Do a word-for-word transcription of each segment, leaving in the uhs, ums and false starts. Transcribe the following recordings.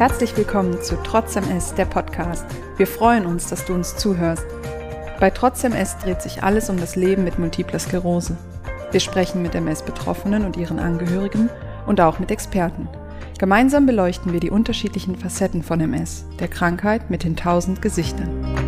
Herzlich willkommen zu Trotz M S, der Podcast. Wir freuen uns, dass du uns zuhörst. Bei Trotz M S dreht sich alles um das Leben mit multipler Sklerose. Wir sprechen mit M S-Betroffenen und ihren Angehörigen und auch mit Experten. Gemeinsam beleuchten wir die unterschiedlichen Facetten von M S, der Krankheit mit den tausend Gesichtern.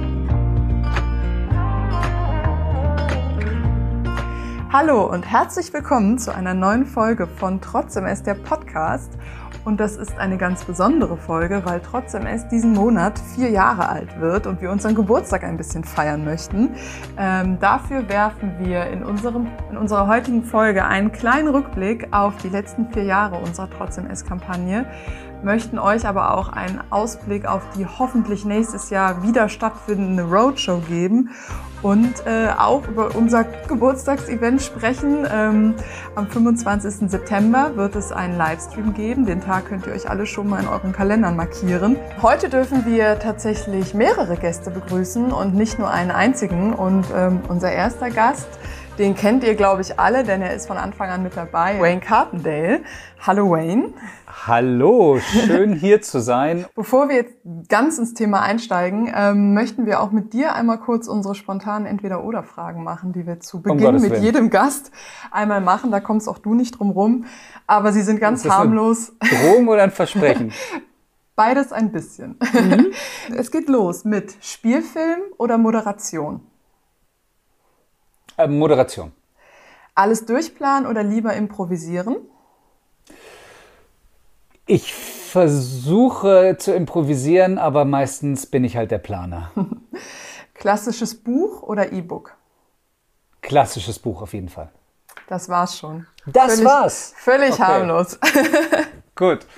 Hallo und herzlich willkommen zu einer neuen Folge von Trotz M S, der Podcast. Und das ist eine ganz besondere Folge, weil Trotz M S diesen Monat vier Jahre alt wird und wir unseren Geburtstag ein bisschen feiern möchten. Ähm, dafür werfen wir in, unserem, in unserer heutigen Folge einen kleinen Rückblick auf die letzten vier Jahre unserer Trotz M S-Kampagne, möchten euch aber auch einen Ausblick auf die hoffentlich nächstes Jahr wieder stattfindende Roadshow geben und äh, auch über unser Geburtstagsevent sprechen. Ähm, am fünfundzwanzigsten September wird es einen Livestream geben. Den Tag könnt ihr euch alle schon mal in euren Kalendern markieren. Heute dürfen wir tatsächlich mehrere Gäste begrüßen und nicht nur einen einzigen. Und ähm, unser erster Gast, den kennt ihr, glaube ich, alle, denn er ist von Anfang an mit dabei. Wayne Carpendale. Hallo Wayne. Hallo, schön hier zu sein. Bevor wir jetzt ganz ins Thema einsteigen, ähm, möchten wir auch mit dir einmal kurz unsere spontanen Entweder-Oder-Fragen machen, die wir zu Beginn Um mit Willen. jedem Gast einmal machen. Da kommst auch du nicht drum rum, aber sie sind ganz Ist das harmlos. Eine Drohung oder ein Versprechen? Beides ein bisschen. Mhm. Es geht los mit Spielfilm oder Moderation? Äh, Moderation. Alles durchplanen oder lieber improvisieren? Ich versuche zu improvisieren, aber meistens bin ich halt der Planer. Klassisches Buch oder E-Book? Klassisches Buch auf jeden Fall. Das war's schon. Das völlig, war's? Völlig Okay. harmlos. Gut.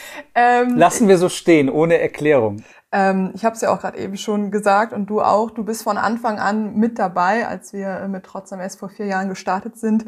Ähm, Lassen wir so stehen, ohne Erklärung. Ähm, ich habe es ja auch gerade eben schon gesagt und du auch. Du bist von Anfang an mit dabei, als wir mit Trotz M S vor vier Jahren gestartet sind.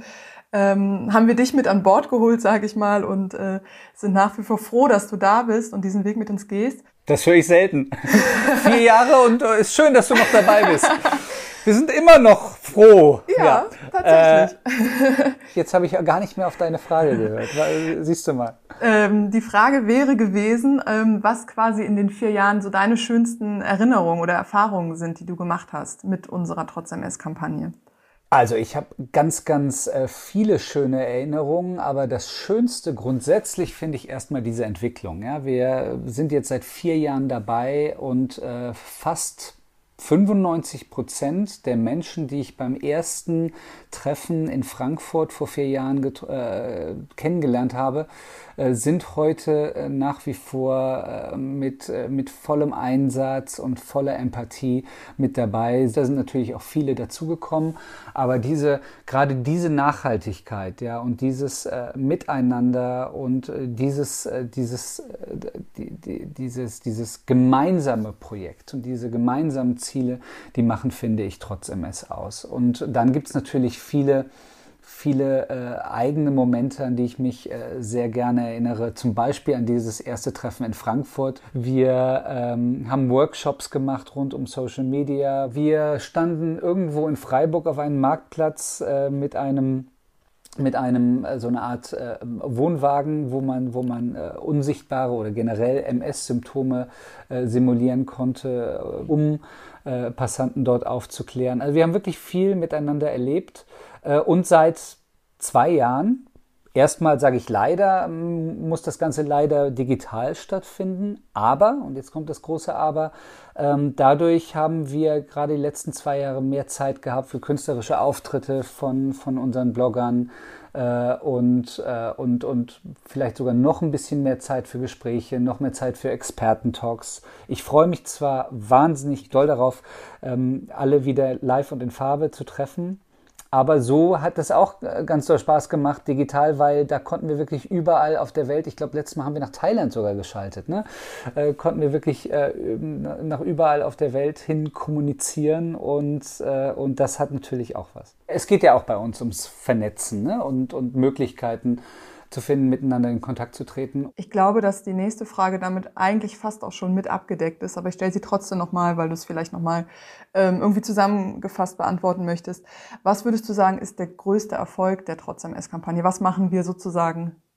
Ähm, haben wir dich mit an Bord geholt, sage ich mal, und äh, sind nach wie vor froh, dass du da bist und diesen Weg mit uns gehst. Das höre ich selten. Vier Jahre und es äh, ist schön, dass du noch dabei bist. Wir sind immer noch froh. Ja, ja. tatsächlich. Äh, jetzt habe ich ja gar nicht mehr auf deine Frage gehört. Weil, siehst du mal. Ähm, die Frage wäre gewesen, ähm, was quasi in den vier Jahren so deine schönsten Erinnerungen oder Erfahrungen sind, die du gemacht hast mit unserer Trotz M S-Kampagne. Also ich habe ganz, ganz äh, viele schöne Erinnerungen, aber das Schönste grundsätzlich finde ich erstmal diese Entwicklung. Ja? Wir sind jetzt seit vier Jahren dabei und äh, fast fünfundneunzig Prozent der Menschen, die ich beim ersten Treffen in Frankfurt vor vier Jahren äh, kennengelernt habe, äh, sind heute äh, nach wie vor äh, mit, äh, mit vollem Einsatz und voller Empathie mit dabei. Da sind natürlich auch viele dazugekommen, aber diese, gerade diese Nachhaltigkeit, ja, und dieses äh, Miteinander und äh, dieses, äh, dieses, äh, die, die, dieses, dieses gemeinsame Projekt und diese gemeinsamen Ziele, die machen, finde ich, Trotz M S aus. Und dann gibt es natürlich viele, viele äh, eigene Momente, an die ich mich äh, sehr gerne erinnere. Zum Beispiel an dieses erste Treffen in Frankfurt. Wir ähm, haben Workshops gemacht rund um Social Media. Wir standen irgendwo in Freiburg auf einem Marktplatz äh, mit einem mit einem so eine Art äh, Wohnwagen, wo man, wo man äh, unsichtbare oder generell M S-Symptome äh, simulieren konnte, äh, um äh, Passanten dort aufzuklären. Also wir haben wirklich viel miteinander erlebt äh, und seit zwei Jahren, erstmal sage ich leider, muss das Ganze leider digital stattfinden, aber, und jetzt kommt das große Aber, ähm, dadurch haben wir gerade die letzten zwei Jahre mehr Zeit gehabt für künstlerische Auftritte von, von unseren Bloggern äh, und, äh, und, und vielleicht sogar noch ein bisschen mehr Zeit für Gespräche, noch mehr Zeit für Expertentalks. Ich freue mich zwar wahnsinnig doll darauf, ähm, alle wieder live und in Farbe zu treffen, aber so hat das auch ganz doll Spaß gemacht, digital, weil da konnten wir wirklich überall auf der Welt, ich glaube, letztes Mal haben wir nach Thailand sogar geschaltet, ne? äh, konnten wir wirklich äh, nach überall auf der Welt hin kommunizieren und, äh, und das hat natürlich auch was. Es geht ja auch bei uns ums Vernetzen, ne? und, und Möglichkeiten zu finden, miteinander in Kontakt zu treten. Ich glaube, dass die nächste Frage damit eigentlich fast auch schon mit abgedeckt ist, aber ich stelle sie trotzdem nochmal, weil du es vielleicht nochmal ähm, irgendwie zusammengefasst beantworten möchtest. Was würdest du sagen, ist der größte Erfolg der Trotz M S-Kampagne? Was machen wir sozusagen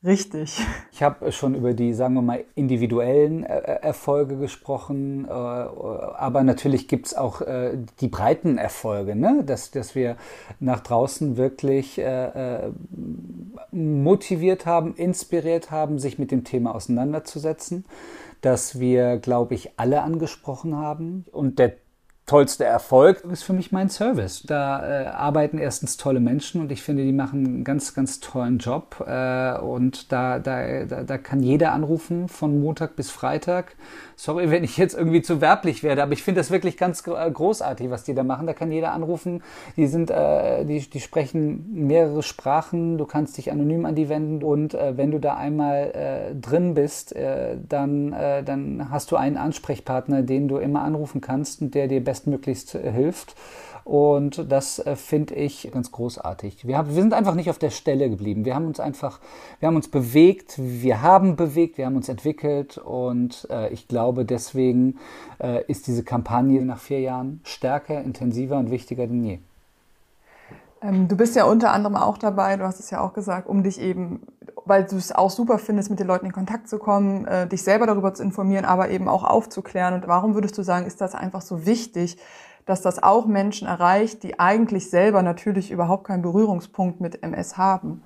Richtig. Ich habe schon über die, sagen wir mal, individuellen äh, Erfolge gesprochen, äh, aber natürlich gibt es auch äh, die breiten Erfolge, ne? dass, dass wir nach draußen wirklich äh, motiviert haben, inspiriert haben, sich mit dem Thema auseinanderzusetzen, dass wir, glaube ich, alle angesprochen haben. Und der tollste Erfolg ist für mich mein Service. Da äh, arbeiten erstens tolle Menschen und ich finde, die machen einen ganz, ganz tollen Job. Äh, und da, da, da, da kann jeder anrufen von Montag bis Freitag. Sorry, wenn ich jetzt irgendwie zu werblich werde, aber ich finde das wirklich ganz großartig, was die da machen. Da kann jeder anrufen. Die sind, äh, die, die sprechen mehrere Sprachen. Du kannst dich anonym an die wenden und äh, wenn du da einmal äh, drin bist, äh, dann, äh, dann hast du einen Ansprechpartner, den du immer anrufen kannst und der dir bestmöglichst äh, hilft. Und das äh, finde ich ganz großartig. Wir, haben, wir sind einfach nicht auf der Stelle geblieben. Wir haben uns einfach, wir haben uns bewegt, wir haben bewegt, wir haben uns entwickelt und äh, ich glaube, deswegen äh, ist diese Kampagne nach vier Jahren stärker, intensiver und wichtiger denn je. Ähm, du bist ja unter anderem auch dabei, du hast es ja auch gesagt, um dich eben, weil du es auch super findest, mit den Leuten in Kontakt zu kommen, äh, dich selber darüber zu informieren, aber eben auch aufzuklären. Und warum würdest du sagen, ist das einfach so wichtig, dass das auch Menschen erreicht, die eigentlich selber natürlich überhaupt keinen Berührungspunkt mit M S haben?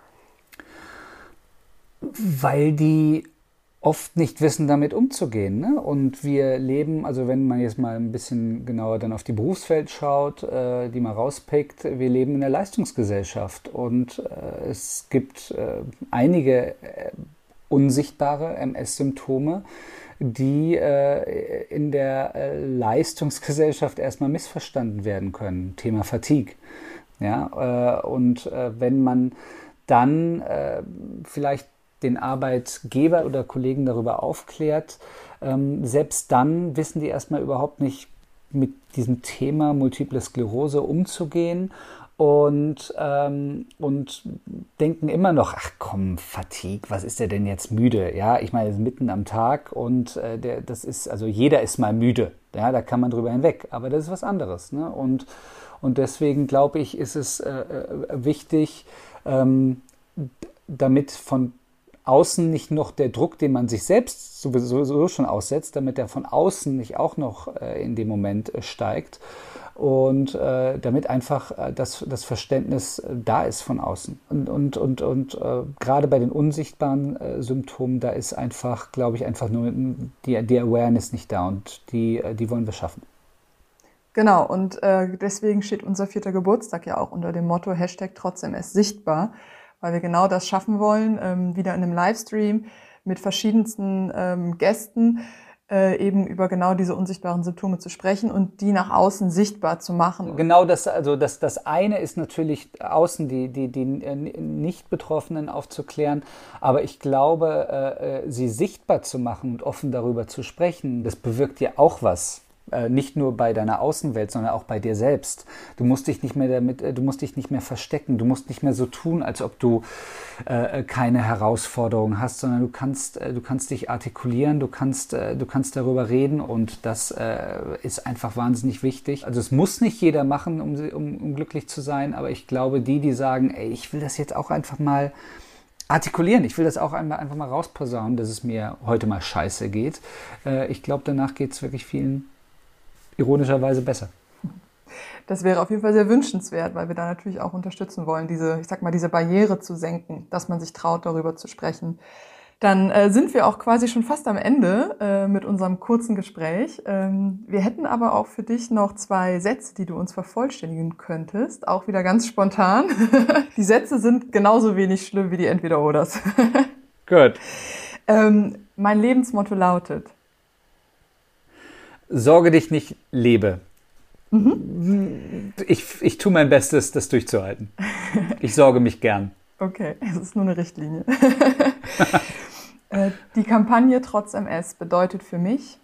Weil die oft nicht wissen, damit umzugehen. Ne? Und wir leben, also wenn man jetzt mal ein bisschen genauer dann auf die Berufswelt schaut, äh, die mal rauspickt, wir leben in der Leistungsgesellschaft und äh, es gibt äh, einige äh, unsichtbare M S-Symptome, die äh, in der äh, Leistungsgesellschaft erstmal missverstanden werden können. Thema Fatigue. Ja, äh, und äh, wenn man dann äh, vielleicht den Arbeitgeber oder Kollegen darüber aufklärt, ähm, selbst dann wissen die erstmal überhaupt nicht, mit diesem Thema Multiple Sklerose umzugehen. Und, ähm, und denken immer noch, ach komm, Fatigue, was ist der denn jetzt müde? Ja, ich meine, mitten am Tag und äh, der, das ist, also jeder ist mal müde. Ja, da kann man drüber hinweg, aber das ist was anderes. Ne? Und, und deswegen glaube ich, ist es äh, wichtig, ähm, damit von außen nicht noch der Druck, den man sich selbst sowieso schon aussetzt, damit der von außen nicht auch noch äh, in dem Moment äh, steigt. Und äh, damit einfach äh, das, das Verständnis äh, da ist von außen. Und, und, und, und äh, gerade bei den unsichtbaren äh, Symptomen, da ist einfach, glaube ich, einfach nur die, die Awareness nicht da und die, äh, die wollen wir schaffen. Genau, und äh, deswegen steht unser vierter Geburtstag ja auch unter dem Motto Hashtag trotzdem es sichtbar, weil wir genau das schaffen wollen, ähm, wieder in einem Livestream mit verschiedensten ähm, Gästen, Äh, eben über genau diese unsichtbaren Symptome zu sprechen und die nach außen sichtbar zu machen. Genau, das, also das, das eine ist natürlich außen die, die, die Nicht-Betroffenen aufzuklären, aber ich glaube, äh, sie sichtbar zu machen und offen darüber zu sprechen, das bewirkt ja auch was. Äh, nicht nur bei deiner Außenwelt, sondern auch bei dir selbst. Du musst dich nicht mehr damit, du musst dich nicht mehr verstecken, du musst nicht mehr so tun, als ob du äh, keine Herausforderungen hast, sondern du kannst, äh, du kannst dich artikulieren, du kannst, äh, du kannst darüber reden und das äh, ist einfach wahnsinnig wichtig. Also es muss nicht jeder machen, um, um, um glücklich zu sein, aber ich glaube, die, die sagen, ey, ich will das jetzt auch einfach mal artikulieren. Ich will das auch einmal einfach mal rausposaunen, dass es mir heute mal scheiße geht. Äh, ich glaube, danach geht es wirklich vielen ironischerweise besser. Das wäre auf jeden Fall sehr wünschenswert, weil wir da natürlich auch unterstützen wollen, diese, ich sag mal, diese Barriere zu senken, dass man sich traut, darüber zu sprechen. Dann äh, sind wir auch quasi schon fast am Ende äh, mit unserem kurzen Gespräch. Ähm, wir hätten aber auch für dich noch zwei Sätze, die du uns vervollständigen könntest, auch wieder ganz spontan. Die Sätze sind genauso wenig schlimm wie die Entweder-Oders. Gut. ähm, mein Lebensmotto lautet: Sorge dich nicht, lebe. Mhm. Ich, ich tue mein Bestes, das durchzuhalten. Ich sorge mich gern. Okay, es ist nur eine Richtlinie. Die Kampagne Trotz M S bedeutet für mich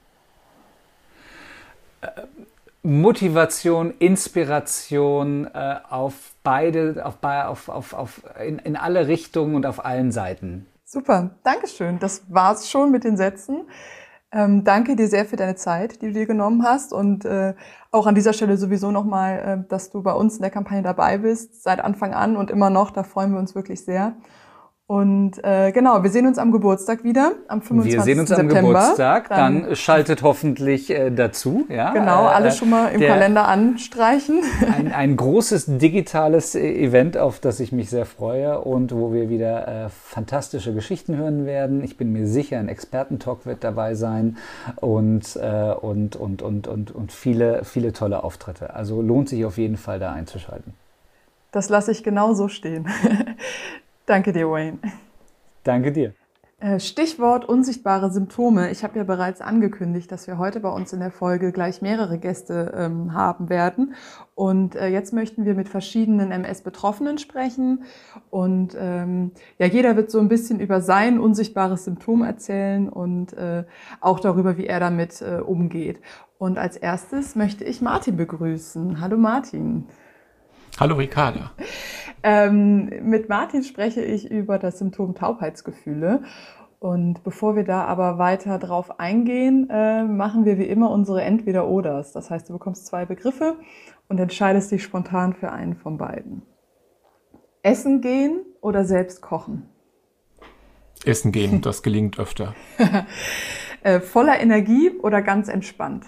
Motivation, Inspiration äh, auf beide, auf, auf, auf, auf, in, in alle Richtungen und auf allen Seiten. Super, Dankeschön. Das war's schon mit den Sätzen. Ähm, danke dir sehr für deine Zeit, die du dir genommen hast und äh, auch an dieser Stelle sowieso nochmal, äh, dass du bei uns in der Kampagne dabei bist, seit Anfang an und immer noch, da freuen wir uns wirklich sehr. Und äh, genau, wir sehen uns am Geburtstag wieder, am fünfundzwanzigsten Wir sehen uns am September. Geburtstag, dann, dann schaltet hoffentlich äh, dazu. Ja? Genau, äh, alles schon mal im der, Kalender anstreichen. Ein, ein großes digitales Event, auf das ich mich sehr freue und wo wir wieder äh, fantastische Geschichten hören werden. Ich bin mir sicher, ein Expertentalk wird dabei sein und, äh, und, und, und, und, und viele, viele tolle Auftritte. Also lohnt sich auf jeden Fall, da einzuschalten. Das lasse ich genau so stehen. Danke dir, Wayne. Danke dir. Stichwort unsichtbare Symptome. Ich habe ja bereits angekündigt, dass wir heute bei uns in der Folge gleich mehrere Gäste ähm, haben werden. Und äh, jetzt möchten wir mit verschiedenen M S-Betroffenen sprechen. Und ähm, ja, jeder wird so ein bisschen über sein unsichtbares Symptom erzählen und äh, auch darüber, wie er damit äh, umgeht. Und als erstes möchte ich Martin begrüßen. Hallo Martin. Hallo Ricarda. Ähm, mit Martin spreche ich über das Symptom Taubheitsgefühle. Und bevor wir da aber weiter drauf eingehen, äh, machen wir wie immer unsere Entweder-Oders. Das heißt, du bekommst zwei Begriffe und entscheidest dich spontan für einen von beiden. Essen gehen oder selbst kochen? Essen gehen, das gelingt öfter. äh, voller Energie oder ganz entspannt?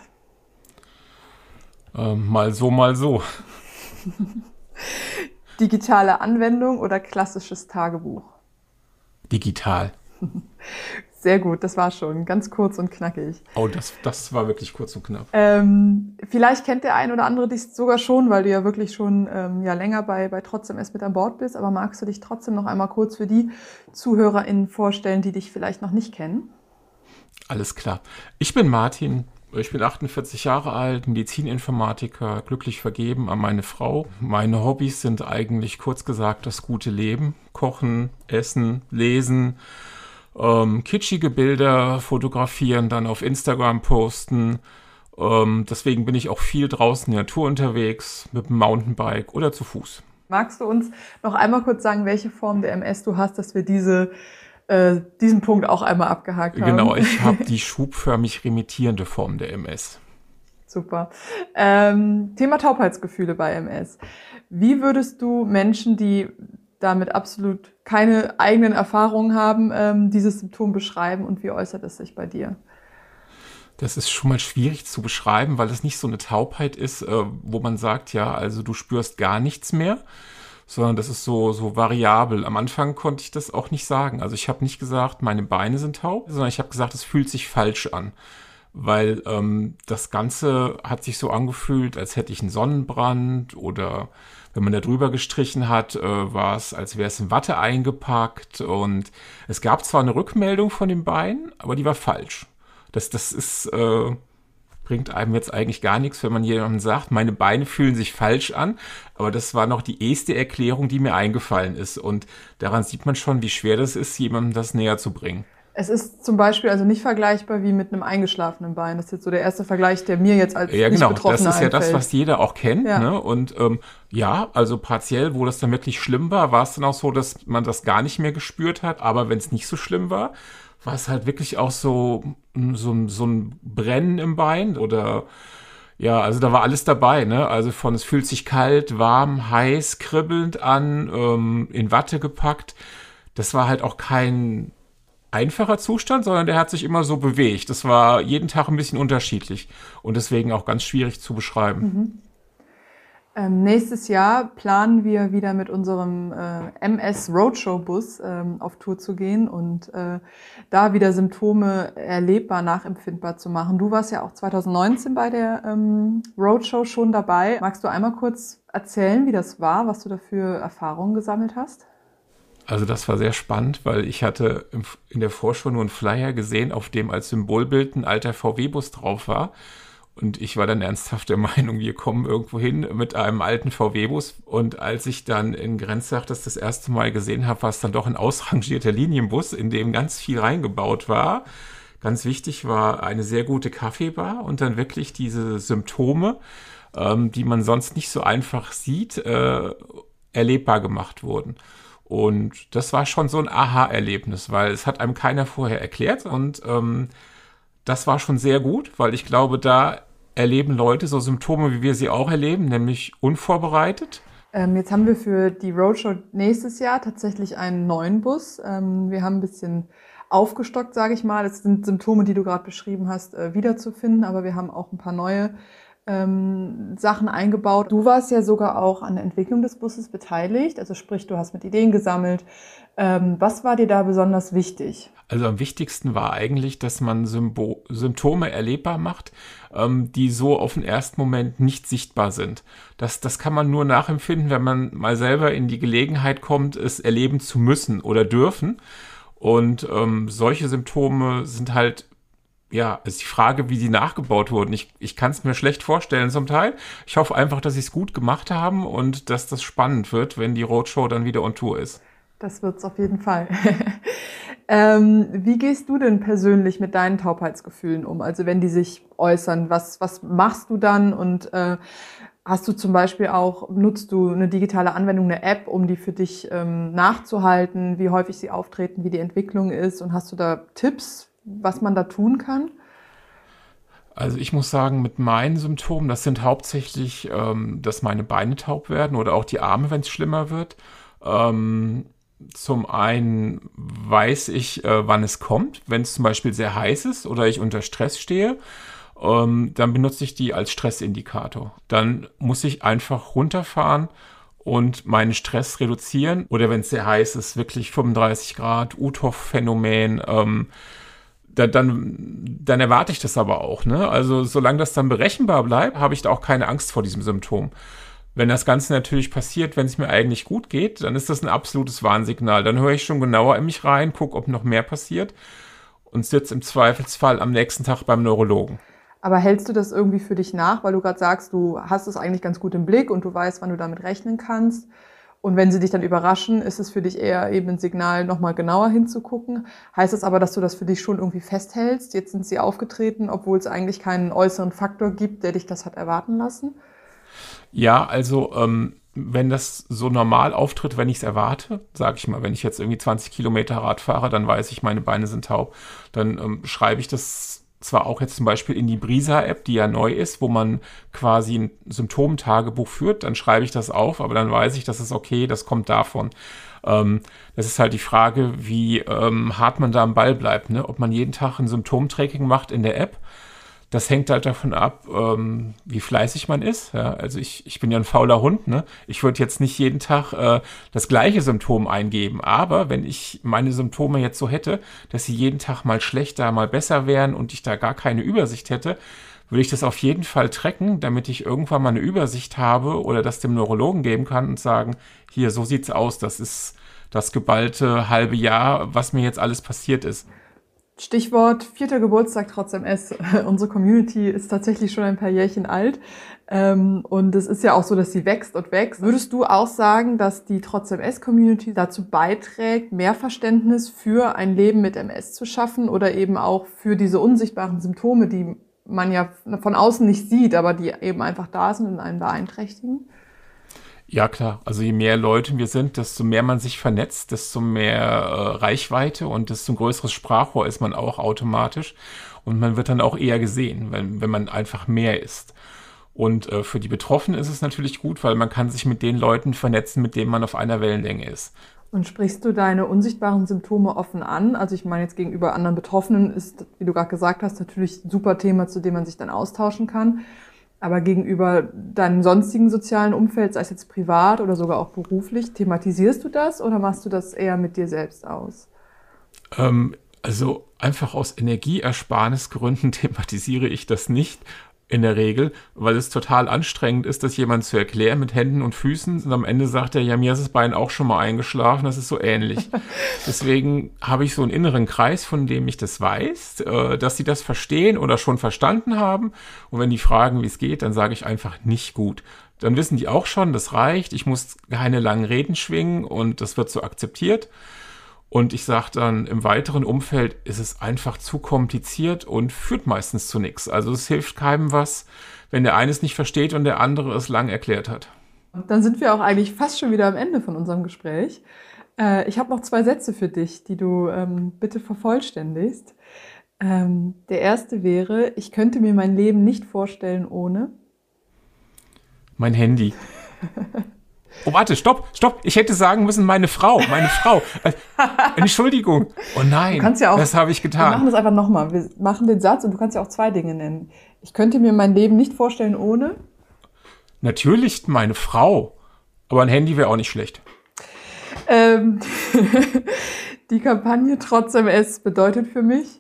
Ähm, mal so, mal so. Digitale Anwendung oder klassisches Tagebuch? Digital. Sehr gut, das war schon ganz kurz und knackig. Oh, das, das war wirklich kurz und knapp. Ähm, vielleicht kennt der ein oder andere dich sogar schon, weil du ja wirklich schon ähm, ja, länger bei, bei Trotzdem S mit an Bord bist. Aber magst du dich trotzdem noch einmal kurz für die ZuhörerInnen vorstellen, die dich vielleicht noch nicht kennen? Alles klar. Ich bin Martin. Ich bin achtundvierzig Jahre alt, Medizininformatiker, glücklich vergeben an meine Frau. Meine Hobbys sind eigentlich kurz gesagt das gute Leben. Kochen, essen, lesen, ähm, kitschige Bilder fotografieren, dann auf Instagram posten. Ähm, deswegen bin ich auch viel draußen in der Natur unterwegs, mit dem Mountainbike oder zu Fuß. Magst du uns noch einmal kurz sagen, welche Form der M S du hast, dass wir diese Äh, diesen Punkt auch einmal abgehakt haben? Genau, ich habe die schubförmig remittierende Form der M S. Super. Ähm, Thema Taubheitsgefühle bei M S. Wie würdest du Menschen, die damit absolut keine eigenen Erfahrungen haben, ähm, dieses Symptom beschreiben und wie äußert es sich bei dir? Das ist schon mal schwierig zu beschreiben, weil es nicht so eine Taubheit ist, äh, wo man sagt, ja, also du spürst gar nichts mehr, sondern das ist so so variabel. Am Anfang konnte ich das auch nicht sagen. Also ich habe nicht gesagt, meine Beine sind taub, sondern ich habe gesagt, es fühlt sich falsch an. Weil ähm, das Ganze hat sich so angefühlt, als hätte ich einen Sonnenbrand oder wenn man da drüber gestrichen hat, äh, war es, als wäre es in Watte eingepackt. Und es gab zwar eine Rückmeldung von den Beinen, aber die war falsch. Das, das ist... Äh, bringt einem jetzt eigentlich gar nichts, wenn man jemandem sagt, meine Beine fühlen sich falsch an. Aber das war noch die erste Erklärung, die mir eingefallen ist. Und daran sieht man schon, wie schwer das ist, jemandem das näher zu bringen. Es ist zum Beispiel also nicht vergleichbar wie mit einem eingeschlafenen Bein. Das ist jetzt so der erste Vergleich, der mir jetzt als ja, nicht genau. Betroffener Das ist ja einfällt. das, was jeder auch kennt. Ja. Ne? Und ähm, ja, also partiell, wo das dann wirklich schlimm war, war es dann auch so, dass man das gar nicht mehr gespürt hat. Aber wenn es nicht so schlimm war, war es halt wirklich auch so, so, so ein Brennen im Bein oder ja, also da war alles dabei, ne? Also von es fühlt sich kalt, warm, heiß, kribbelnd an, ähm, in Watte gepackt. Das war halt auch kein einfacher Zustand, sondern der hat sich immer so bewegt. Das war jeden Tag ein bisschen unterschiedlich und deswegen auch ganz schwierig zu beschreiben. Mhm. Ähm, nächstes Jahr planen wir wieder mit unserem äh, M S Roadshow Bus ähm, auf Tour zu gehen und äh, da wieder Symptome erlebbar, nachempfindbar zu machen. Du warst ja auch zwanzig neunzehn bei der ähm, Roadshow schon dabei. Magst du einmal kurz erzählen, wie das war, was du da für Erfahrungen gesammelt hast? Also das war sehr spannend, weil ich hatte in der Vorschau nur einen Flyer gesehen, auf dem als Symbolbild ein alter V W-Bus drauf war. Und ich war dann ernsthaft der Meinung, wir kommen irgendwo hin mit einem alten V W-Bus. Und als ich dann in Grenzach das das erste Mal gesehen habe, war es dann doch ein ausrangierter Linienbus, in dem ganz viel reingebaut war. Ganz wichtig war eine sehr gute Kaffeebar und dann wirklich diese Symptome, ähm, die man sonst nicht so einfach sieht, äh, erlebbar gemacht wurden. Und das war schon so ein Aha-Erlebnis, weil es hat einem keiner vorher erklärt und ähm, das war schon sehr gut, weil ich glaube, da erleben Leute so Symptome, wie wir sie auch erleben, nämlich unvorbereitet. Ähm, jetzt haben wir für die Roadshow nächstes Jahr tatsächlich einen neuen Bus. Ähm, wir haben ein bisschen aufgestockt, sage ich mal. Es sind Symptome, die du gerade beschrieben hast, äh, wiederzufinden, aber wir haben auch ein paar neue ähm, Sachen eingebaut. Du warst ja sogar auch an der Entwicklung des Busses beteiligt, also sprich, du hast mit Ideen gesammelt. Ähm, was war dir da besonders wichtig? Also am wichtigsten war eigentlich, dass man Symbo- Symptome erlebbar macht, ähm, die so auf den ersten Moment nicht sichtbar sind. Das, das kann man nur nachempfinden, wenn man mal selber in die Gelegenheit kommt, es erleben zu müssen oder dürfen. Und ähm, solche Symptome sind halt, ja, ist die Frage, wie sie nachgebaut wurden. Ich, ich kann es mir schlecht vorstellen zum Teil. Ich hoffe einfach, dass sie es gut gemacht haben und dass das spannend wird, wenn die Roadshow dann wieder on Tour ist. Das wird's auf jeden Fall. ähm, wie gehst du denn persönlich mit deinen Taubheitsgefühlen um? Also wenn die sich äußern, was, was machst du dann? Und äh, hast du zum Beispiel auch, nutzt du eine digitale Anwendung, eine App, um die für dich ähm, nachzuhalten, wie häufig sie auftreten, wie die Entwicklung ist? Und hast du da Tipps, was man da tun kann? Also ich muss sagen, mit meinen Symptomen, das sind hauptsächlich, ähm, dass meine Beine taub werden oder auch die Arme, wenn es schlimmer wird. Ähm, zum einen weiß ich, äh, wann es kommt, wenn es zum Beispiel sehr heiß ist oder ich unter Stress stehe. Ähm, dann benutze ich die als Stressindikator. Dann muss ich einfach runterfahren und meinen Stress reduzieren. Oder wenn es sehr heiß ist, wirklich fünfunddreißig Grad, Uthoff-Phänomen, ähm, da, dann, dann erwarte ich das aber auch. Ne? Also solange das dann berechenbar bleibt, habe ich da auch keine Angst vor diesem Symptom. Wenn das Ganze natürlich passiert, wenn es mir eigentlich gut geht, dann ist das ein absolutes Warnsignal. Dann höre ich schon genauer in mich rein, gucke, ob noch mehr passiert und sitze im Zweifelsfall am nächsten Tag beim Neurologen. Aber hältst du das irgendwie für dich nach, weil du gerade sagst, du hast es eigentlich ganz gut im Blick und du weißt, wann du damit rechnen kannst? Und wenn sie dich dann überraschen, ist es für dich eher eben ein Signal, nochmal genauer hinzugucken. Heißt das aber, dass du das für dich schon irgendwie festhältst? Jetzt sind sie aufgetreten, obwohl es eigentlich keinen äußeren Faktor gibt, der dich das hat erwarten lassen? Ja, also ähm, wenn das so normal auftritt, wenn ich es erwarte, sage ich mal, wenn ich jetzt irgendwie zwanzig Kilometer Rad fahre, dann weiß ich, meine Beine sind taub. Dann ähm, schreibe ich das zwar auch jetzt zum Beispiel in die Brisa-App, die ja neu ist, wo man quasi ein Symptomtagebuch führt, dann schreibe ich das auf, aber dann weiß ich, das ist okay, das kommt davon. Ähm, das ist halt die Frage, wie ähm, hart man da am Ball bleibt, ne? Ob man jeden Tag ein Symptomtracking macht in der App. Das hängt halt davon ab, ähm, wie fleißig man ist. Ja, also ich, ich bin ja ein fauler Hund. Ne? Ich würde jetzt nicht jeden Tag äh, das gleiche Symptom eingeben. Aber wenn ich meine Symptome jetzt so hätte, dass sie jeden Tag mal schlechter, mal besser wären und ich da gar keine Übersicht hätte, würde ich das auf jeden Fall tracken, damit ich irgendwann mal eine Übersicht habe oder das dem Neurologen geben kann und sagen, hier, so sieht's aus. Das ist das geballte halbe Jahr, was mir jetzt alles passiert ist. Stichwort vierter Geburtstag trotz M S. Unsere Community ist tatsächlich schon ein paar Jährchen alt. Und es ist ja auch so, dass sie wächst und wächst. Würdest du auch sagen, dass die trotz M S-Community dazu beiträgt, mehr Verständnis für ein Leben mit M S zu schaffen oder eben auch für diese unsichtbaren Symptome, die man ja von außen nicht sieht, aber die eben einfach da sind und einen beeinträchtigen? Ja, klar. Also je mehr Leute wir sind, desto mehr man sich vernetzt, desto mehr äh, Reichweite und desto ein größeres Sprachrohr ist man auch automatisch. Und man wird dann auch eher gesehen, wenn, wenn man einfach mehr ist. Und äh, für die Betroffenen ist es natürlich gut, weil man kann sich mit den Leuten vernetzen, mit denen man auf einer Wellenlänge ist. Und sprichst du deine unsichtbaren Symptome offen an? Also ich meine jetzt gegenüber anderen Betroffenen ist, wie du gerade gesagt hast, natürlich ein super Thema, zu dem man sich dann austauschen kann. Aber gegenüber deinem sonstigen sozialen Umfeld, sei es jetzt privat oder sogar auch beruflich, thematisierst du das oder machst du das eher mit dir selbst aus? Ähm, also einfach aus Energieersparnisgründen thematisiere ich das nicht in der Regel, weil es total anstrengend ist, das jemand zu erklären mit Händen und Füßen. Und am Ende sagt er, ja, mir ist das Bein auch schon mal eingeschlafen, das ist so ähnlich. Deswegen habe ich so einen inneren Kreis, von dem ich das weiß, äh, dass sie das verstehen oder schon verstanden haben. Und wenn die fragen, wie es geht, dann sage ich einfach nicht gut. Dann wissen die auch schon, das reicht, ich muss keine langen Reden schwingen und das wird so akzeptiert. Und ich sage dann, im weiteren Umfeld ist es einfach zu kompliziert und führt meistens zu nichts. Also es hilft keinem was, wenn der eine es nicht versteht und der andere es lang erklärt hat. Dann sind wir auch eigentlich fast schon wieder am Ende von unserem Gespräch. Äh, ich habe noch zwei Sätze für dich, die du ähm, bitte vervollständigst. Ähm, der erste wäre, ich könnte mir mein Leben nicht vorstellen ohne... Mein Handy. Oh, warte, stopp, stopp. Ich hätte sagen müssen, meine Frau, meine Frau. Entschuldigung. Oh nein, Du kannst ja auch, das habe ich wir machen getan. das einfach nochmal. Wir machen den Satz und du kannst ja auch zwei Dinge nennen. Ich könnte mir mein Leben nicht vorstellen ohne. Natürlich meine Frau. Aber ein Handy wäre auch nicht schlecht. Ähm, die Kampagne Trotz M S bedeutet für mich.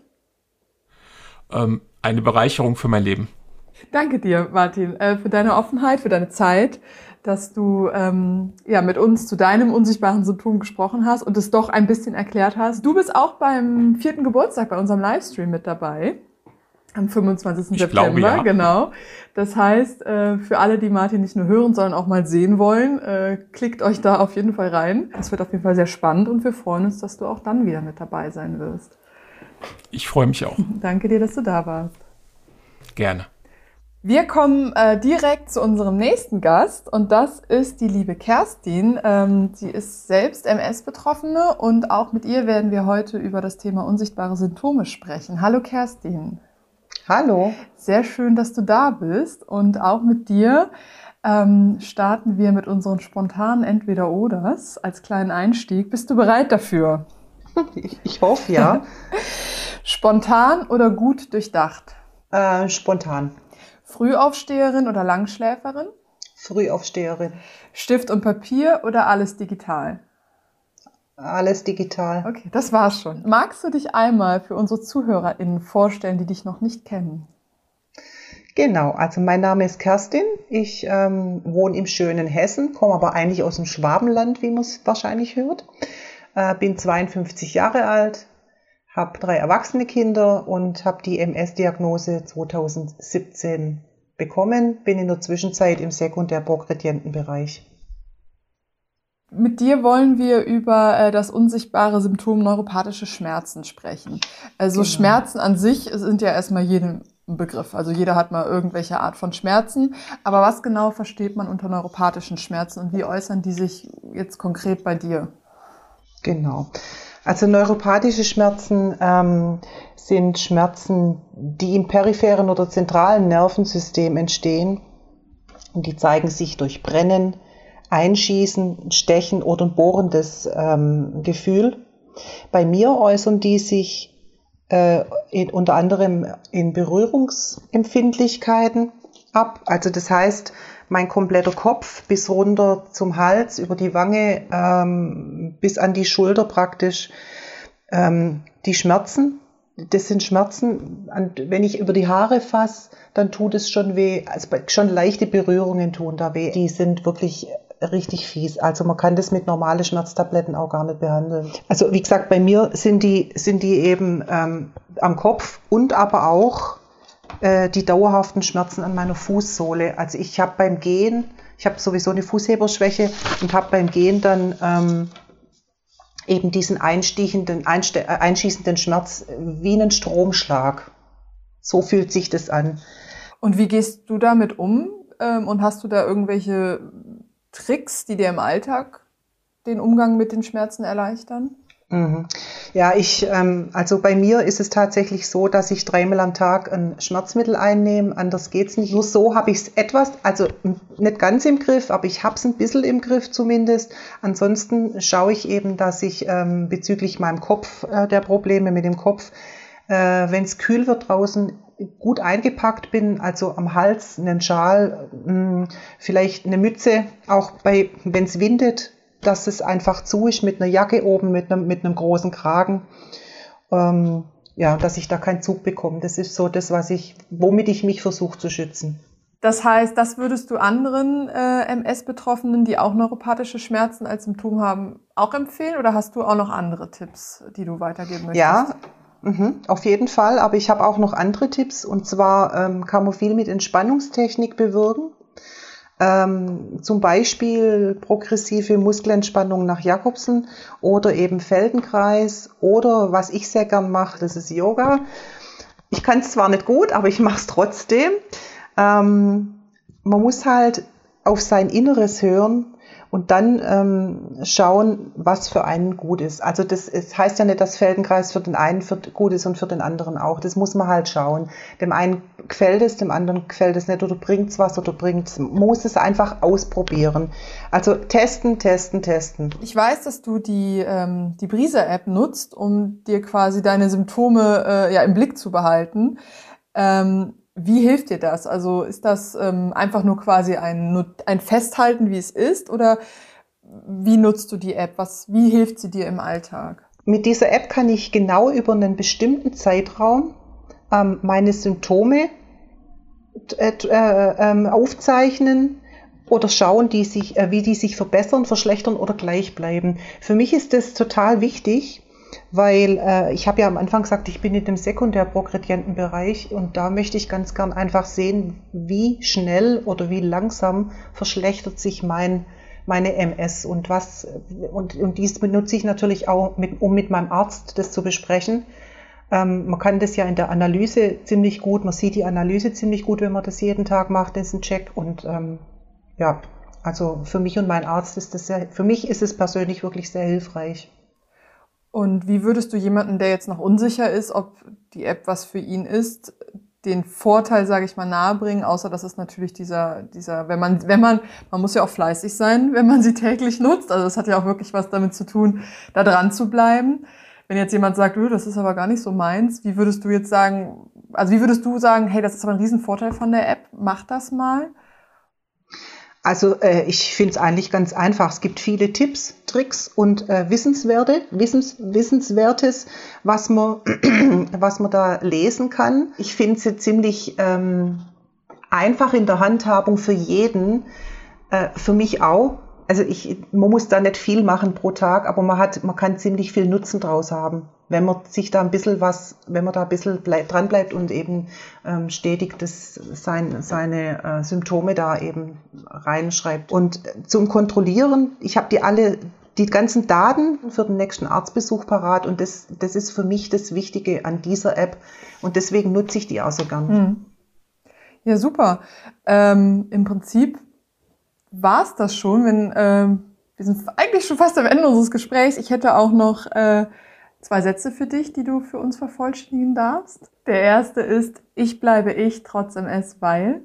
Ähm, eine Bereicherung für mein Leben. Danke dir, Martin, äh, für deine Offenheit, für deine Zeit, dass du ähm, ja mit uns zu deinem unsichtbaren Symptom gesprochen hast und es doch ein bisschen erklärt hast. Du bist auch beim vierten Geburtstag bei unserem Livestream mit dabei. Am fünfundzwanzigsten Ich September, glaube, ja. genau. Das heißt, äh, für alle, die Martin nicht nur hören, sondern auch mal sehen wollen, äh, klickt euch da auf jeden Fall rein. Es wird auf jeden Fall sehr spannend und wir freuen uns, dass du auch dann wieder mit dabei sein wirst. Ich freue mich auch. Danke dir, dass du da warst. Gerne. Wir kommen äh, direkt zu unserem nächsten Gast und das ist die liebe Kerstin. Ähm, sie ist selbst M S-Betroffene und auch mit ihr werden wir heute über das Thema unsichtbare Symptome sprechen. Hallo Kerstin. Hallo. Sehr schön, dass du da bist und auch mit dir ähm, starten wir mit unseren spontanen Entweder-Oders als kleinen Einstieg. Bist du bereit dafür? Ich, ich hoffe, ja. Spontan oder gut durchdacht? äh, spontan. Frühaufsteherin oder Langschläferin? Frühaufsteherin. Stift und Papier oder alles digital? Alles digital. Okay, das war's schon. Magst du dich einmal für unsere ZuhörerInnen vorstellen, die dich noch nicht kennen? Genau, also mein Name ist Kerstin. Ich ähm, wohne im schönen Hessen, komme aber eigentlich aus dem Schwabenland, wie man es wahrscheinlich hört. Äh, bin zweiundfünfzig Jahre alt, habe drei erwachsene Kinder und habe die M S-Diagnose zweitausendsiebzehn bekommen. Bin in der Zwischenzeit im sekundär-progredienten Bereich. Mit dir wollen wir über äh, das unsichtbare Symptom neuropathische Schmerzen sprechen. Also Genau. Schmerzen an sich sind ja erstmal jedem ein Begriff. Also jeder hat mal irgendwelche Art von Schmerzen. Aber was genau versteht man unter neuropathischen Schmerzen und wie äußern die sich jetzt konkret bei dir? Genau. Also neuropathische Schmerzen ähm, sind Schmerzen, die im peripheren oder zentralen Nervensystem entstehen. Und die zeigen sich durch Brennen, Einschießen, Stechen oder ein bohrendes ähm, Gefühl. Bei mir äußern die sich äh, in, unter anderem in Berührungsempfindlichkeiten ab. Also das heißt, mein kompletter Kopf bis runter zum Hals, über die Wange, ähm, bis an die Schulter praktisch. Ähm, die Schmerzen, das sind Schmerzen, wenn ich über die Haare fasse, dann tut es schon weh. Also schon leichte Berührungen tun da weh. Die sind wirklich richtig fies. Also man kann das mit normalen Schmerztabletten auch gar nicht behandeln. Also wie gesagt, bei mir sind die, sind die eben ähm, am Kopf und aber auch äh, die dauerhaften Schmerzen an meiner Fußsohle. Also ich habe beim Gehen, ich habe sowieso eine Fußheberschwäche und habe beim Gehen dann ähm, eben diesen einstichenden, einste- äh, einschießenden Schmerz wie einen Stromschlag. So fühlt sich das an. Und wie gehst du damit um? Ähm, und hast du da irgendwelche Tricks, die dir im Alltag den Umgang mit den Schmerzen erleichtern? Mhm. Ja, ich, ähm, also bei mir ist es tatsächlich so, dass ich dreimal am Tag ein Schmerzmittel einnehme. Anders geht's nicht. Nur so habe ich es etwas, also nicht ganz im Griff, aber ich habe es ein bisschen im Griff zumindest. Ansonsten schaue ich eben, dass ich ähm, bezüglich meinem Kopf, äh, der Probleme mit dem Kopf, äh, wenn es kühl wird draußen, gut eingepackt bin, also am Hals einen Schal, mh, vielleicht eine Mütze, auch bei, wenn es windet, dass es einfach zu ist mit einer Jacke oben, mit einem, mit einem großen Kragen, ähm, ja, dass ich da keinen Zug bekomme. Das ist so das, was ich, womit ich mich versuche zu schützen. Das heißt, das würdest du anderen äh, M S-Betroffenen, die auch neuropathische Schmerzen als Symptom haben, auch empfehlen? Oder hast du auch noch andere Tipps, die du weitergeben möchtest? Ja, mhm, auf jeden Fall. Aber ich habe auch noch andere Tipps. Und zwar ähm, kann man viel mit Entspannungstechnik bewirken. Ähm, zum Beispiel progressive Muskelentspannung nach Jacobsen oder eben Feldenkreis oder was ich sehr gern mache, das ist Yoga. Ich kann es zwar nicht gut, aber ich mache es trotzdem. Ähm, man muss halt auf sein Inneres hören und dann ähm, schauen, was für einen gut ist. Also das, es heißt ja nicht, dass Feldenkreis für den einen für, gut ist und für den anderen auch. Das muss man halt schauen. Dem einen gefällt es, dem anderen gefällt es nicht oder bringt es was oder bringt es. Man muss es einfach ausprobieren. Also testen, testen, testen. Ich weiß, dass du die, ähm, die Brisa-App nutzt, um dir quasi deine Symptome äh, ja, im Blick zu behalten. Ähm, Wie hilft dir das? Also ist das ähm, einfach nur quasi ein, ein Festhalten, wie es ist? Oder wie nutzt du die App? Was, wie hilft sie dir im Alltag? Mit dieser App kann ich genau über einen bestimmten Zeitraum ähm, meine Symptome äh, äh, aufzeichnen oder schauen, die sich, äh, wie die sich verbessern, verschlechtern oder gleich bleiben. Für mich ist das total wichtig, weil äh, ich habe ja am Anfang gesagt, ich bin in dem sekundär progredienten Bereich und da möchte ich ganz gern einfach sehen, wie schnell oder wie langsam verschlechtert sich mein, meine M S und was und, und dies benutze ich natürlich auch, mit, um mit meinem Arzt das zu besprechen. Ähm, man kann das ja in der Analyse ziemlich gut, man sieht die Analyse ziemlich gut, wenn man das jeden Tag macht, das ist ein Check und ähm, ja, also für mich und meinen Arzt ist das sehr, für mich ist es persönlich wirklich sehr hilfreich. Und wie würdest du jemanden, der jetzt noch unsicher ist, ob die App was für ihn ist, den Vorteil, sage ich mal, nahebringen, außer dass es natürlich dieser, dieser, wenn man, wenn man, man muss ja auch fleißig sein, wenn man sie täglich nutzt. Also das hat ja auch wirklich was damit zu tun, da dran zu bleiben. Wenn jetzt jemand sagt, oh, das ist aber gar nicht so meins, wie würdest du jetzt sagen, also wie würdest du sagen, hey, das ist aber ein Riesenvorteil von der App, mach das mal? Also äh, ich finde es eigentlich ganz einfach. Es gibt viele Tipps, Tricks und äh, Wissenswerte, Wissens, Wissenswertes, was man, was man da lesen kann. Ich finde sie ziemlich ähm, einfach in der Handhabung für jeden, äh, für mich auch. Also ich, man muss da nicht viel machen pro Tag, aber man hat, man kann ziemlich viel Nutzen draus haben, wenn man sich da ein bisschen was, wenn man da ein bisschen bleib, dran bleibt und eben ähm, stetig das, sein, seine äh, Symptome da eben reinschreibt. Und zum Kontrollieren, ich habe die alle, die ganzen Daten für den nächsten Arztbesuch parat und das, das ist für mich das Wichtige an dieser App und deswegen nutze ich die auch so gern. Hm. Ja, super. Ähm, im Prinzip war es das schon, wenn äh, wir sind eigentlich schon fast am Ende unseres Gesprächs. Ich hätte auch noch äh, zwei Sätze für dich, die du für uns vervollständigen darfst. Der erste ist, ich bleibe ich trotz M S, weil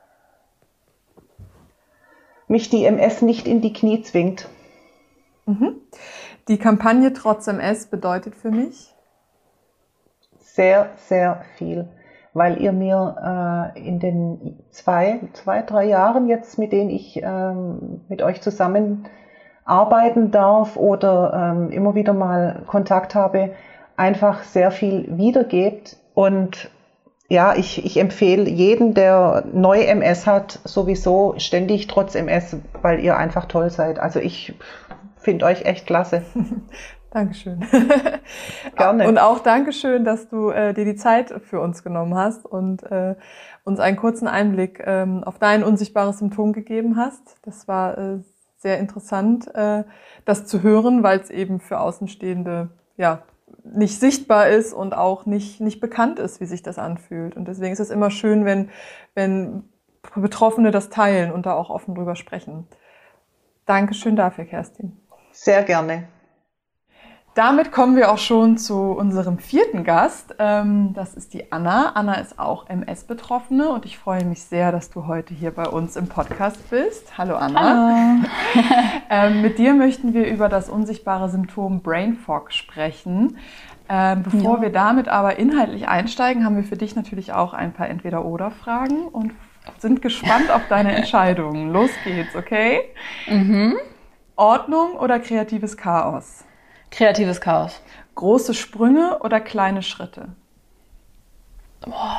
mich die M S nicht in die Knie zwingt. Mhm. Die Kampagne Trotz M S bedeutet für mich sehr, sehr viel. Weil ihr mir äh, in den zwei, zwei, drei Jahren jetzt, mit denen ich ähm, mit euch zusammen arbeiten darf oder ähm, immer wieder mal Kontakt habe, einfach sehr viel wiedergebt. Und ja, ich, ich empfehle jeden, der neu M S hat, sowieso ständig Trotz M S, weil ihr einfach toll seid. Also ich finde euch echt klasse. Dankeschön. Gerne. Und auch Dankeschön, dass du äh, dir die Zeit für uns genommen hast und äh, uns einen kurzen Einblick ähm, auf dein unsichtbares Symptom gegeben hast. Das war äh, sehr interessant, äh, das zu hören, weil es eben für Außenstehende ja nicht sichtbar ist und auch nicht nicht bekannt ist, wie sich das anfühlt. Und deswegen ist es immer schön, wenn wenn Betroffene das teilen und da auch offen drüber sprechen. Dankeschön dafür, Kerstin. Sehr gerne. Damit kommen wir auch schon zu unserem vierten Gast. Das ist die Anna. Anna ist auch M S-Betroffene und ich freue mich sehr, dass du heute hier bei uns im Podcast bist. Hallo Anna. Hallo. Mit dir möchten wir über das unsichtbare Symptom Brain Fog sprechen. Bevor ja. wir damit aber inhaltlich einsteigen, haben wir für dich natürlich auch ein paar Entweder-Oder-Fragen und sind gespannt auf deine Entscheidungen. Los geht's, okay? Mhm. Ordnung oder kreatives Chaos? Kreatives Chaos. Große Sprünge oder kleine Schritte? Boah.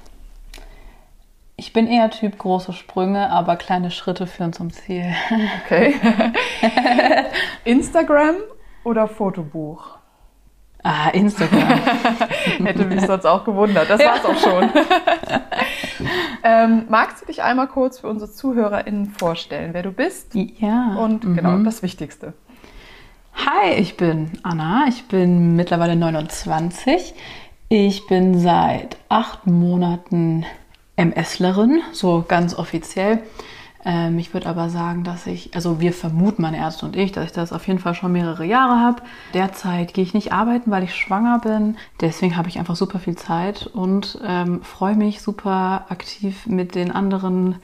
Ich bin eher Typ große Sprünge, aber kleine Schritte führen zum Ziel. Okay. Instagram oder Fotobuch? Ah, Instagram. Hätte mich sonst auch gewundert. Das war's auch schon. ähm, magst du dich einmal kurz für unsere ZuhörerInnen vorstellen, wer du bist? Ja. Und mhm. genau, das Wichtigste. Hi, ich bin Anna, ich bin mittlerweile neunundzwanzig. Ich bin seit acht Monaten MSlerin, so ganz offiziell. Ähm, ich würde aber sagen, dass ich, also wir vermuten, meine Ärzte und ich, dass ich das auf jeden Fall schon mehrere Jahre habe. Derzeit gehe ich nicht arbeiten, weil ich schwanger bin. Deswegen habe ich einfach super viel Zeit und ähm, freue mich super aktiv mit den anderen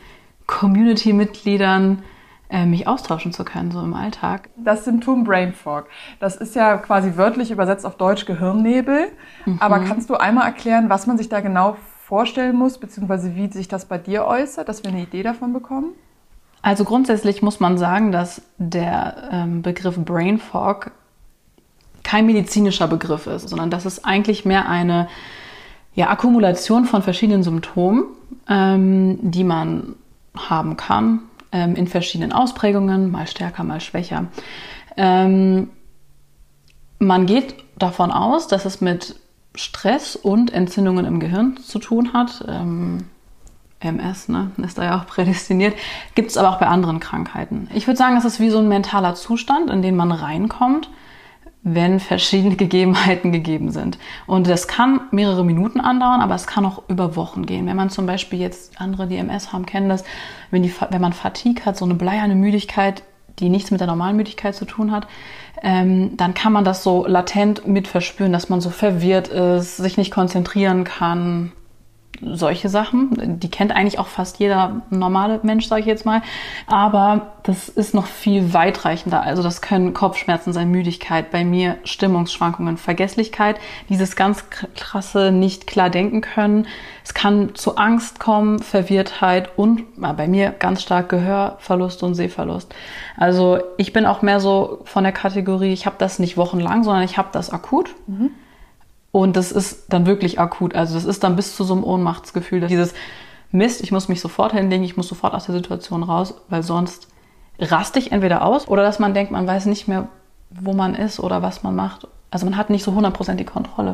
Community-Mitgliedern äh, mich austauschen zu können, so im Alltag. Das Symptom Brain Fog, das ist ja quasi wörtlich übersetzt auf Deutsch Gehirnnebel. Mhm. Aber kannst du einmal erklären, was man sich da genau vorstellen muss, beziehungsweise wie sich das bei dir äußert, dass wir eine Idee davon bekommen? Also grundsätzlich muss man sagen, dass der ähm, Begriff Brain Fog kein medizinischer Begriff ist, sondern das ist eigentlich mehr eine ja, Akkumulation von verschiedenen Symptomen, ähm, die man haben kann, ähm, in verschiedenen Ausprägungen, mal stärker, mal schwächer. Ähm, man geht davon aus, dass es mit Stress und Entzündungen im Gehirn zu tun hat. Ähm, M S, ne, ist da ja auch prädestiniert. Gibt es aber auch bei anderen Krankheiten. Ich würde sagen, es ist wie so ein mentaler Zustand, in den man reinkommt, wenn verschiedene Gegebenheiten gegeben sind. Und das kann mehrere Minuten andauern, aber es kann auch über Wochen gehen. Wenn man zum Beispiel jetzt, andere, die M S haben, kennen das, wenn, die, wenn man Fatigue hat, so eine bleierne Müdigkeit, die nichts mit der normalen Müdigkeit zu tun hat, ähm, dann kann man das so latent mit verspüren, dass man so verwirrt ist, sich nicht konzentrieren kann. Solche Sachen, die kennt eigentlich auch fast jeder normale Mensch, sage ich jetzt mal. Aber das ist noch viel weitreichender. Also das können Kopfschmerzen sein, Müdigkeit, bei mir Stimmungsschwankungen, Vergesslichkeit, dieses ganz krasse nicht klar denken können. Es kann zu Angst kommen, Verwirrtheit und bei mir ganz stark Gehörverlust und Sehverlust. Also ich bin auch mehr so von der Kategorie, ich habe das nicht wochenlang, sondern ich habe das akut. Mhm. Und das ist dann wirklich akut. Also das ist dann bis zu so einem Ohnmachtsgefühl. Dieses Mist, ich muss mich sofort hinlegen, ich muss sofort aus der Situation raus, weil sonst raste ich entweder aus oder dass man denkt, man weiß nicht mehr, wo man ist oder was man macht. Also man hat nicht so hundert Prozent die Kontrolle.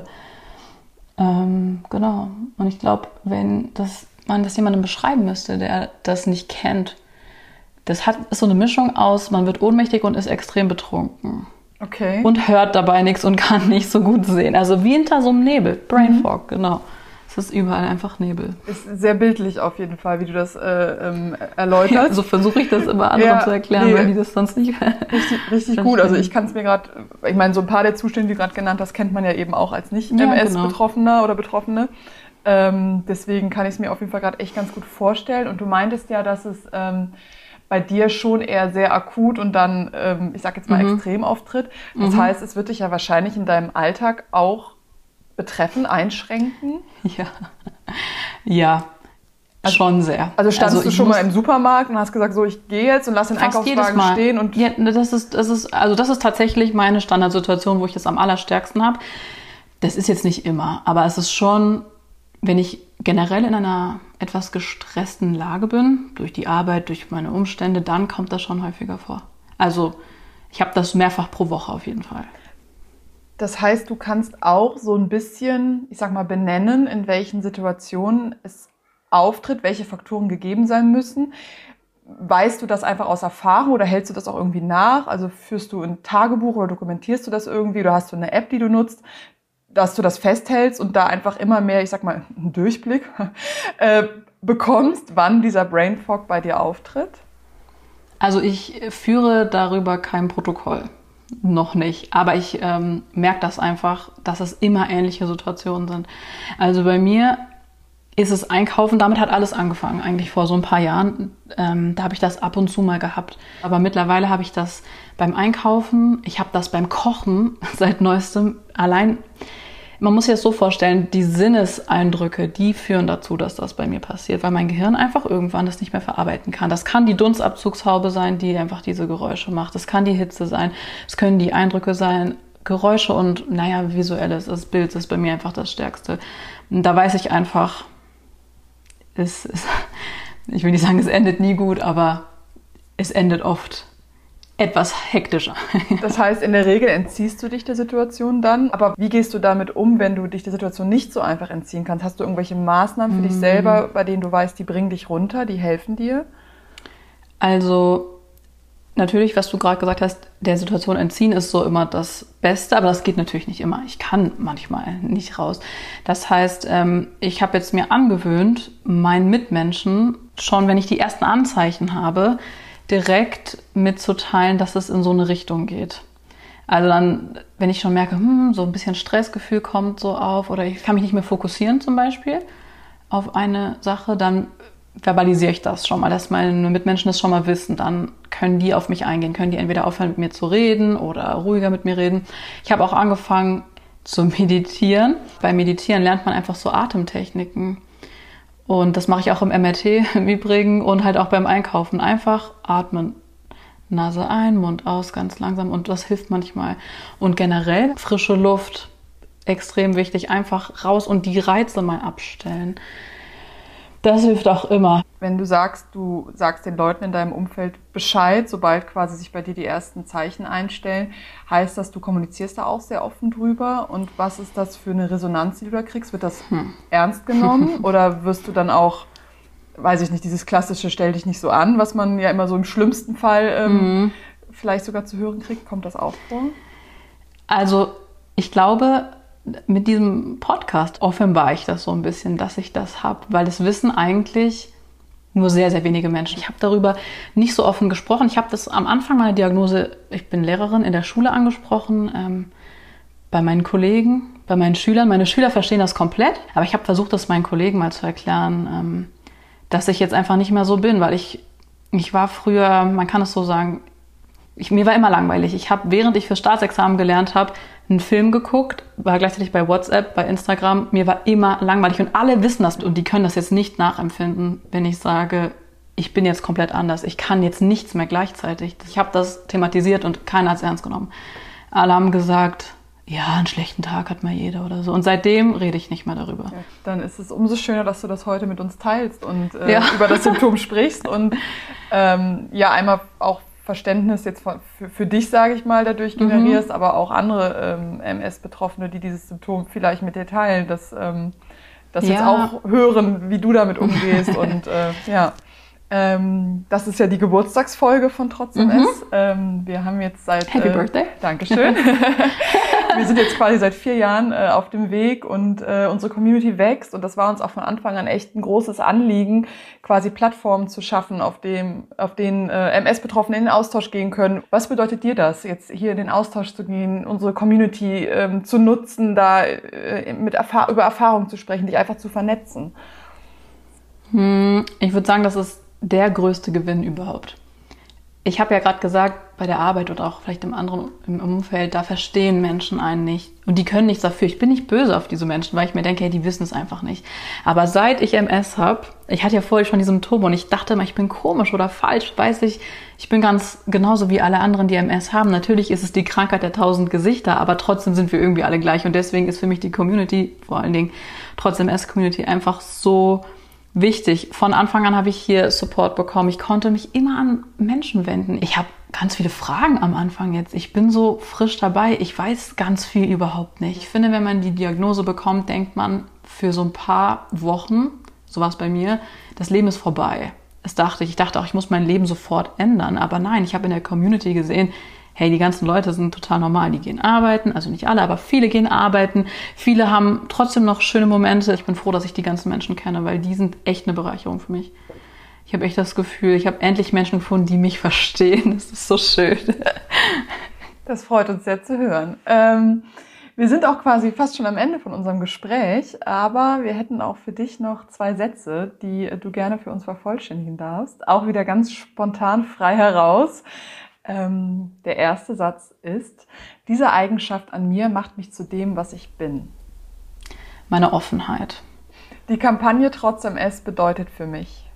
Ähm, genau. Und ich glaube, wenn das, man das jemandem beschreiben müsste, der das nicht kennt, das hat, ist so eine Mischung aus, man wird ohnmächtig und ist extrem betrunken. Okay. Und hört dabei nichts und kann nicht so gut sehen. Also wie hinter so einem Nebel. Brain Fog, mhm. genau. Es ist überall einfach Nebel. Ist sehr bildlich auf jeden Fall, wie du das äh, ähm, erläuterst. Ja, so versuche ich das immer anderen ja, zu erklären, nee, weil die das sonst nicht... Richtig, richtig gut. Also ich kann es mir gerade... Ich meine, so ein paar der Zustände, die du gerade genannt hast, kennt man ja eben auch als Nicht-M S-Betroffener ja, genau. oder Betroffene. Ähm, deswegen kann ich es mir auf jeden Fall gerade echt ganz gut vorstellen. Und du meintest ja, dass es... Ähm, bei dir schon eher sehr akut und dann, ähm, ich sag jetzt mal, mhm. extrem auftritt. Das mhm. heißt, es wird dich ja wahrscheinlich in deinem Alltag auch betreffen, einschränken. Ja, ja, also, schon sehr. Also standst also du schon mal im Supermarkt und hast gesagt, so, ich gehe jetzt und lass den Einkaufswagen stehen? Und ja, das ist, das ist, also das ist tatsächlich meine Standardsituation, wo ich das am allerstärksten habe. Das ist jetzt nicht immer, aber es ist schon, wenn ich generell in einer etwas gestressten Lage bin, durch die Arbeit, durch meine Umstände, dann kommt das schon häufiger vor. Also ich habe das mehrfach pro Woche auf jeden Fall. Das heißt, du kannst auch so ein bisschen, ich sag mal, benennen, in welchen Situationen es auftritt, welche Faktoren gegeben sein müssen. Weißt du das einfach aus Erfahrung oder hältst du das auch irgendwie nach? Also führst du ein Tagebuch oder dokumentierst du das irgendwie oder hast du eine App, die du nutzt, dass du das festhältst und da einfach immer mehr, ich sag mal, einen Durchblick äh, bekommst, wann dieser Brain Fog bei dir auftritt? Also ich führe darüber kein Protokoll, noch nicht. Aber ich ähm, merke das einfach, dass es immer ähnliche Situationen sind. Also bei mir ist es Einkaufen, damit hat alles angefangen, eigentlich vor so ein paar Jahren. Ähm, da habe ich das ab und zu mal gehabt. Aber mittlerweile habe ich das beim Einkaufen, ich habe das beim Kochen seit neuestem allein. Man muss sich das so vorstellen, die Sinneseindrücke, die führen dazu, dass das bei mir passiert, weil mein Gehirn einfach irgendwann das nicht mehr verarbeiten kann. Das kann die Dunstabzugshaube sein, die einfach diese Geräusche macht. Das kann die Hitze sein. Es können die Eindrücke sein, Geräusche und, naja, visuelles, das Bild ist bei mir einfach das Stärkste. Und da weiß ich einfach, es, es, ich will nicht sagen, es endet nie gut, aber es endet oft etwas hektischer. Das heißt, in der Regel entziehst du dich der Situation dann. Aber wie gehst du damit um, wenn du dich der Situation nicht so einfach entziehen kannst? Hast du irgendwelche Maßnahmen für mm. dich selber, bei denen du weißt, die bringen dich runter, die helfen dir? Also natürlich, was du gerade gesagt hast, der Situation entziehen ist so immer das Beste, aber das geht natürlich nicht immer. Ich kann manchmal nicht raus. Das heißt, ich habe jetzt mir angewöhnt, meinen Mitmenschen schon, wenn ich die ersten Anzeichen habe, direkt mitzuteilen, dass es in so eine Richtung geht. Also dann, wenn ich schon merke, hm, so ein bisschen Stressgefühl kommt so auf oder ich kann mich nicht mehr fokussieren zum Beispiel auf eine Sache, dann verbalisiere ich das schon mal, dass meine Mitmenschen das schon mal wissen. Dann können die auf mich eingehen, können die entweder aufhören mit mir zu reden oder ruhiger mit mir reden. Ich habe auch angefangen zu meditieren. Beim Meditieren lernt man einfach so Atemtechniken. Und das mache ich auch im M R T im Übrigen und halt auch beim Einkaufen. Einfach atmen. Nase ein, Mund aus, ganz langsam. Und das hilft manchmal. Und generell frische Luft, extrem wichtig. Einfach raus und die Reize mal abstellen. Das hilft auch immer. Wenn du sagst, du sagst den Leuten in deinem Umfeld Bescheid, sobald quasi sich bei dir die ersten Zeichen einstellen, heißt das, du kommunizierst da auch sehr offen drüber? Und was ist das für eine Resonanz, die du da kriegst? Wird das hm. ernst genommen oder wirst du dann auch, weiß ich nicht, dieses klassische Stell dich nicht so an, was man ja immer so im schlimmsten Fall ähm, mhm. vielleicht sogar zu hören kriegt? Kommt das auch vor? Also ich glaube, mit diesem Podcast offenbar ich das so ein bisschen, dass ich das habe, weil das wissen eigentlich nur sehr, sehr wenige Menschen. Ich habe darüber nicht so offen gesprochen. Ich habe das am Anfang meiner Diagnose, ich bin Lehrerin, in der Schule angesprochen, ähm, bei meinen Kollegen, bei meinen Schülern. Meine Schüler verstehen das komplett, aber ich habe versucht, das meinen Kollegen mal zu erklären, ähm, dass ich jetzt einfach nicht mehr so bin, weil ich, ich war früher, man kann es so sagen, ich, mir war immer langweilig. Ich habe, während ich für Staatsexamen gelernt habe, einen Film geguckt, war gleichzeitig bei WhatsApp, bei Instagram. Mir war immer langweilig und alle wissen das und die können das jetzt nicht nachempfinden, wenn ich sage, ich bin jetzt komplett anders. Ich kann jetzt nichts mehr gleichzeitig. Ich habe das thematisiert und keiner hat es ernst genommen. Alle haben gesagt, ja, einen schlechten Tag hat mal jeder oder so. Und seitdem rede ich nicht mehr darüber. Ja, dann ist es umso schöner, dass du das heute mit uns teilst und äh, ja. über das Symptom sprichst und ähm, ja, einmal auch Verständnis jetzt für, für dich, sage ich mal, dadurch generierst, mhm. aber auch andere ähm, M S-Betroffene, die dieses Symptom vielleicht mit dir teilen, dass ähm, das ja. jetzt auch hören, wie du damit umgehst. Und äh, ja, ähm, das ist ja die Geburtstagsfolge von Trotz M S. Mhm. Ähm, wir haben jetzt seit... Happy äh, Birthday. Dankeschön. Wir sind jetzt quasi seit vier Jahren äh, auf dem Weg und äh, unsere Community wächst und das war uns auch von Anfang an echt ein großes Anliegen, quasi Plattformen zu schaffen, auf dem, auf denen äh, M S-Betroffene in den Austausch gehen können. Was bedeutet dir das, jetzt hier in den Austausch zu gehen, unsere Community ähm, zu nutzen, da äh, mit Erfahr- über Erfahrung zu sprechen, dich einfach zu vernetzen? Hm, ich würde sagen, das ist der größte Gewinn überhaupt. Ich habe ja gerade gesagt, bei der Arbeit oder auch vielleicht im anderen im Umfeld, da verstehen Menschen einen nicht. Und die können nichts dafür. Ich bin nicht böse auf diese Menschen, weil ich mir denke, hey, die wissen es einfach nicht. Aber seit ich M S habe, ich hatte ja vorher schon die Symptome und ich dachte immer, ich bin komisch oder falsch. Weiß ich, ich bin ganz genauso wie alle anderen, die M S haben. Natürlich ist es die Krankheit der tausend Gesichter, aber trotzdem sind wir irgendwie alle gleich. Und deswegen ist für mich die Community, vor allen Dingen trotz M S-Community, einfach so wichtig. Von Anfang an habe ich hier Support bekommen. Ich konnte mich immer an Menschen wenden. Ich habe ganz viele Fragen am Anfang jetzt. Ich bin so frisch dabei. Ich weiß ganz viel überhaupt nicht. Ich finde, wenn man die Diagnose bekommt, denkt man für so ein paar Wochen, so war es bei mir, das Leben ist vorbei. Das dachte ich. Ich dachte auch, ich muss mein Leben sofort ändern. Aber nein, ich habe in der Community gesehen, hey, die ganzen Leute sind total normal, die gehen arbeiten, also nicht alle, aber viele gehen arbeiten. Viele haben trotzdem noch schöne Momente. Ich bin froh, dass ich die ganzen Menschen kenne, weil die sind echt eine Bereicherung für mich. Ich habe echt das Gefühl, ich habe endlich Menschen gefunden, die mich verstehen. Das ist so schön. Das freut uns sehr zu hören. Ähm, wir sind auch quasi fast schon am Ende von unserem Gespräch, aber wir hätten auch für dich noch zwei Sätze, die du gerne für uns vervollständigen darfst. Auch wieder ganz spontan frei heraus. Ähm, der erste Satz ist, diese Eigenschaft an mir macht mich zu dem, was ich bin. Meine Offenheit. Die Kampagne Trotz M S bedeutet für mich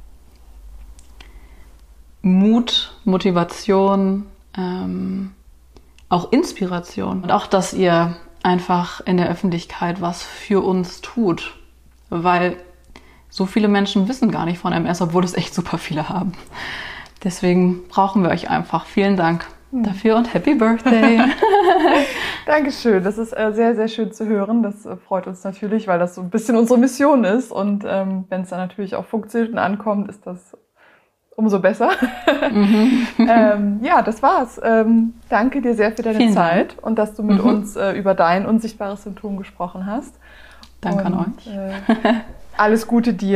Mut, Motivation, ähm, auch Inspiration. Und auch, dass ihr einfach in der Öffentlichkeit was für uns tut. Weil so viele Menschen wissen gar nicht von M S, obwohl es echt super viele haben. Deswegen brauchen wir euch einfach. Vielen Dank dafür und Happy Birthday. Dankeschön. Das ist äh, sehr, sehr schön zu hören. Das äh, freut uns natürlich, weil das so ein bisschen unsere Mission ist. Und ähm, wenn es dann natürlich auch funktioniert und ankommt, ist das umso besser. Mhm. ähm, ja, das war's. Ähm, danke dir sehr für deine Vielen Zeit Dank. und dass du mit mhm. uns äh, über dein unsichtbares Symptom gesprochen hast. Danke und, an euch. Äh, alles Gute dir.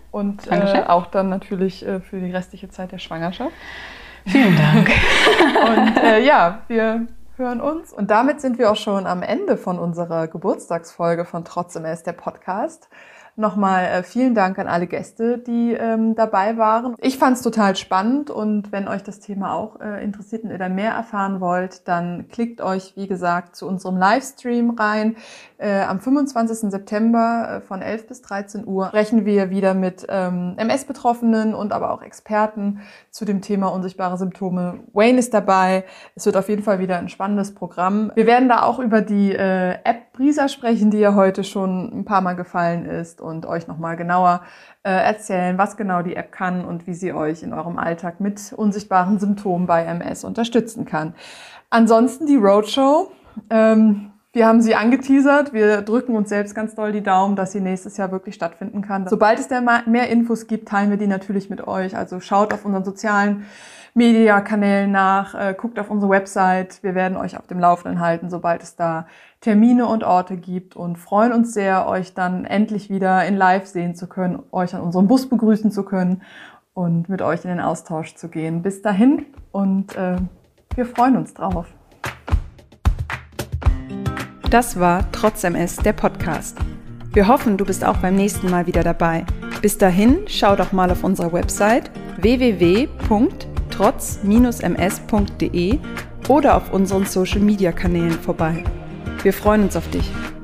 Und äh, auch dann natürlich äh, für die restliche Zeit der Schwangerschaft. Vielen Dank. Und äh, ja, wir hören uns. Und damit sind wir auch schon am Ende von unserer Geburtstagsfolge von Trotz-M S, der Podcast. Nochmal äh, vielen Dank an alle Gäste, die ähm, dabei waren. Ich fand es total spannend und wenn euch das Thema auch äh, interessiert und ihr da mehr erfahren wollt, dann klickt euch, wie gesagt, zu unserem Livestream rein. Äh, am fünfundzwanzigsten September äh, von elf bis dreizehn Uhr sprechen wir wieder mit ähm, M S-Betroffenen und aber auch Experten zu dem Thema unsichtbare Symptome. Wayne ist dabei. Es wird auf jeden Fall wieder ein spannendes Programm. Wir werden da auch über die äh, App Brisa sprechen, die ja heute schon ein paar Mal gefallen ist und euch nochmal genauer äh, erzählen, was genau die App kann und wie sie euch in eurem Alltag mit unsichtbaren Symptomen bei M S unterstützen kann. Ansonsten die Roadshow. Ähm, wir haben sie angeteasert. Wir drücken uns selbst ganz doll die Daumen, dass sie nächstes Jahr wirklich stattfinden kann. Sobald es da mehr Infos gibt, teilen wir die natürlich mit euch. Also schaut auf unseren sozialen Media-Kanälen nach, äh, guckt auf unsere Website. Wir werden euch auf dem Laufenden halten, sobald es da Termine und Orte gibt und freuen uns sehr, euch dann endlich wieder in Live sehen zu können, euch an unserem Bus begrüßen zu können und mit euch in den Austausch zu gehen. Bis dahin und äh, wir freuen uns drauf. Das war Trotz-M S, der Podcast. Wir hoffen, du bist auch beim nächsten Mal wieder dabei. Bis dahin, schau doch mal auf unserer Website w w w punkt trotz Bindestrich m s punkt d e oder auf unseren Social-Media-Kanälen vorbei. Wir freuen uns auf dich.